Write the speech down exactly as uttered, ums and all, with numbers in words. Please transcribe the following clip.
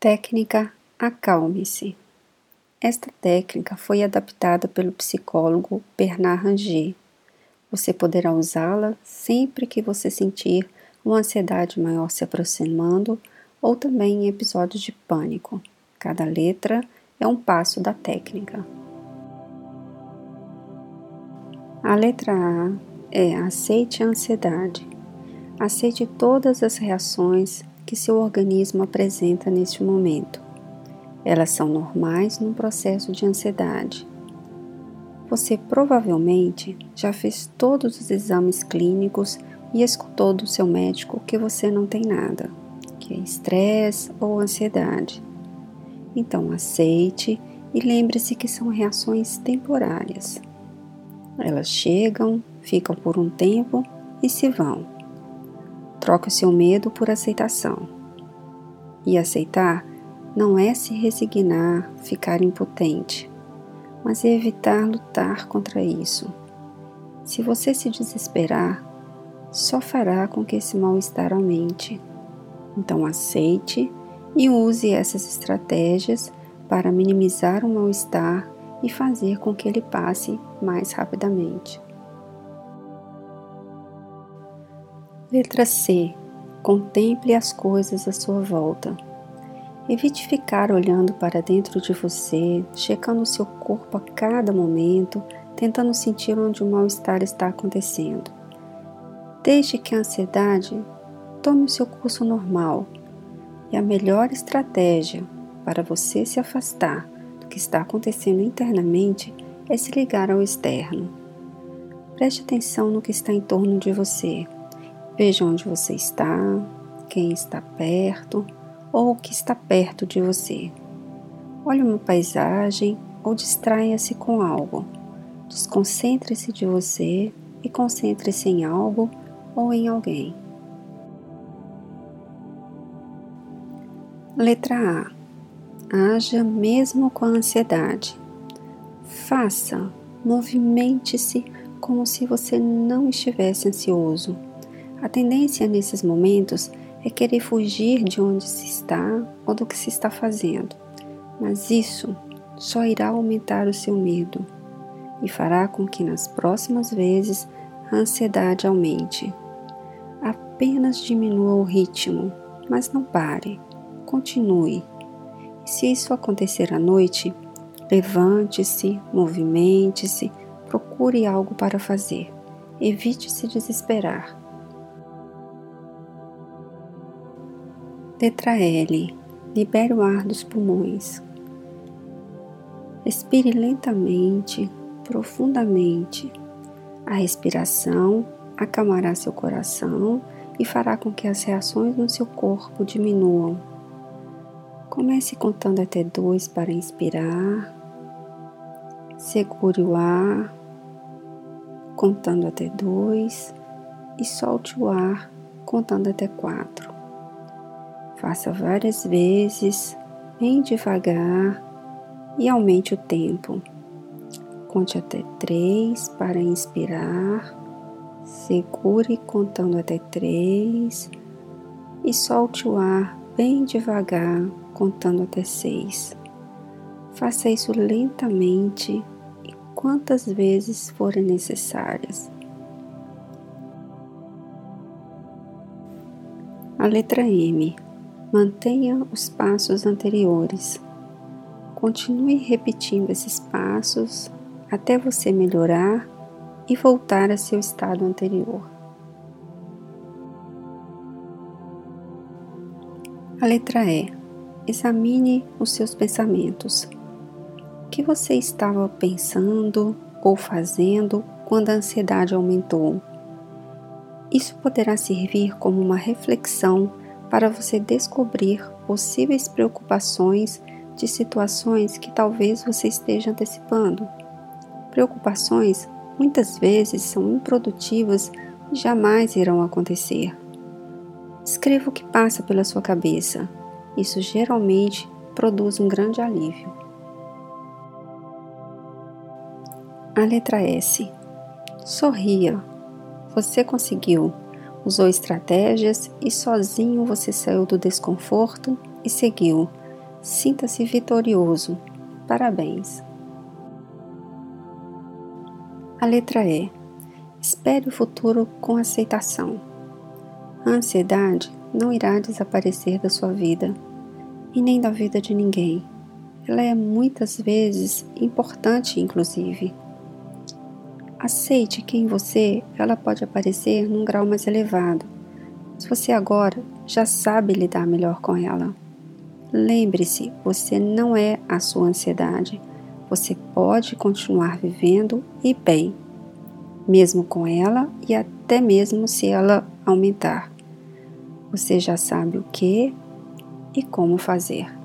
Técnica Acalme-se. Esta técnica foi adaptada pelo psicólogo Bernard Ranger. Você poderá usá-la sempre que você sentir uma ansiedade maior se aproximando ou também em episódios de pânico. Cada letra é um passo da técnica. A letra A é aceite a ansiedade. Aceite todas as reações que seu organismo apresenta neste momento. Elas são normais num processo de ansiedade. Você provavelmente já fez todos os exames clínicos e escutou do seu médico que você não tem nada, que é estresse ou ansiedade. Então aceite e lembre-se que são reações temporárias. Elas chegam, ficam por um tempo e se vão. Troque o seu medo por aceitação. E aceitar não é se resignar, ficar impotente, mas é evitar lutar contra isso. Se você se desesperar, só fará com que esse mal-estar aumente. Então aceite e use essas estratégias para minimizar o mal-estar e fazer com que ele passe mais rapidamente. Letra C. Contemple as coisas à sua volta. Evite ficar olhando para dentro de você, checando o seu corpo a cada momento, tentando sentir onde o mal-estar está acontecendo. Deixe que a ansiedade tome o seu curso normal. E a melhor estratégia para você se afastar do que está acontecendo internamente é se ligar ao externo. Preste atenção no que está em torno de você. Veja onde você está, quem está perto ou o que está perto de você. Olhe uma paisagem ou distraia-se com algo. Desconcentre-se de você e concentre-se em algo ou em alguém. Letra A. Haja mesmo com a ansiedade. Faça, movimente-se como se você não estivesse ansioso. A tendência nesses momentos é querer fugir de onde se está ou do que se está fazendo, mas isso só irá aumentar o seu medo e fará com que nas próximas vezes a ansiedade aumente. Apenas diminua o ritmo, mas não pare, continue. E se isso acontecer à noite, levante-se, movimente-se, procure algo para fazer, evite se desesperar. Letra L. Libere o ar dos pulmões. Respire lentamente, profundamente. A respiração acalmará seu coração e fará com que as reações no seu corpo diminuam. Comece contando até dois para inspirar. Segure o ar, contando até dois, e solte o ar, contando até quatro. Faça várias vezes, bem devagar, e aumente o tempo. Conte até três para inspirar, segure contando até três e solte o ar bem devagar, contando até seis. Faça isso lentamente e quantas vezes forem necessárias. A letra M. Mantenha os passos anteriores. Continue repetindo esses passos até você melhorar e voltar a seu estado anterior. A letra E. Examine os seus pensamentos. O que você estava pensando ou fazendo quando a ansiedade aumentou? Isso poderá servir como uma reflexão para você descobrir possíveis preocupações de situações que talvez você esteja antecipando. Preocupações muitas vezes são improdutivas e jamais irão acontecer. Escreva o que passa pela sua cabeça. Isso geralmente produz um grande alívio. A letra S. Sorria. Você conseguiu. Usou estratégias e sozinho você saiu do desconforto e seguiu. Sinta-se vitorioso. Parabéns. A letra E. Espere o futuro com aceitação. A ansiedade não irá desaparecer da sua vida e nem da vida de ninguém. Ela é muitas vezes importante, inclusive. Aceite que em você ela pode aparecer num grau mais elevado, mas você agora já sabe lidar melhor com ela. Lembre-se, você não é a sua ansiedade. Você pode continuar vivendo e bem, mesmo com ela e até mesmo se ela aumentar. Você já sabe o que e como fazer.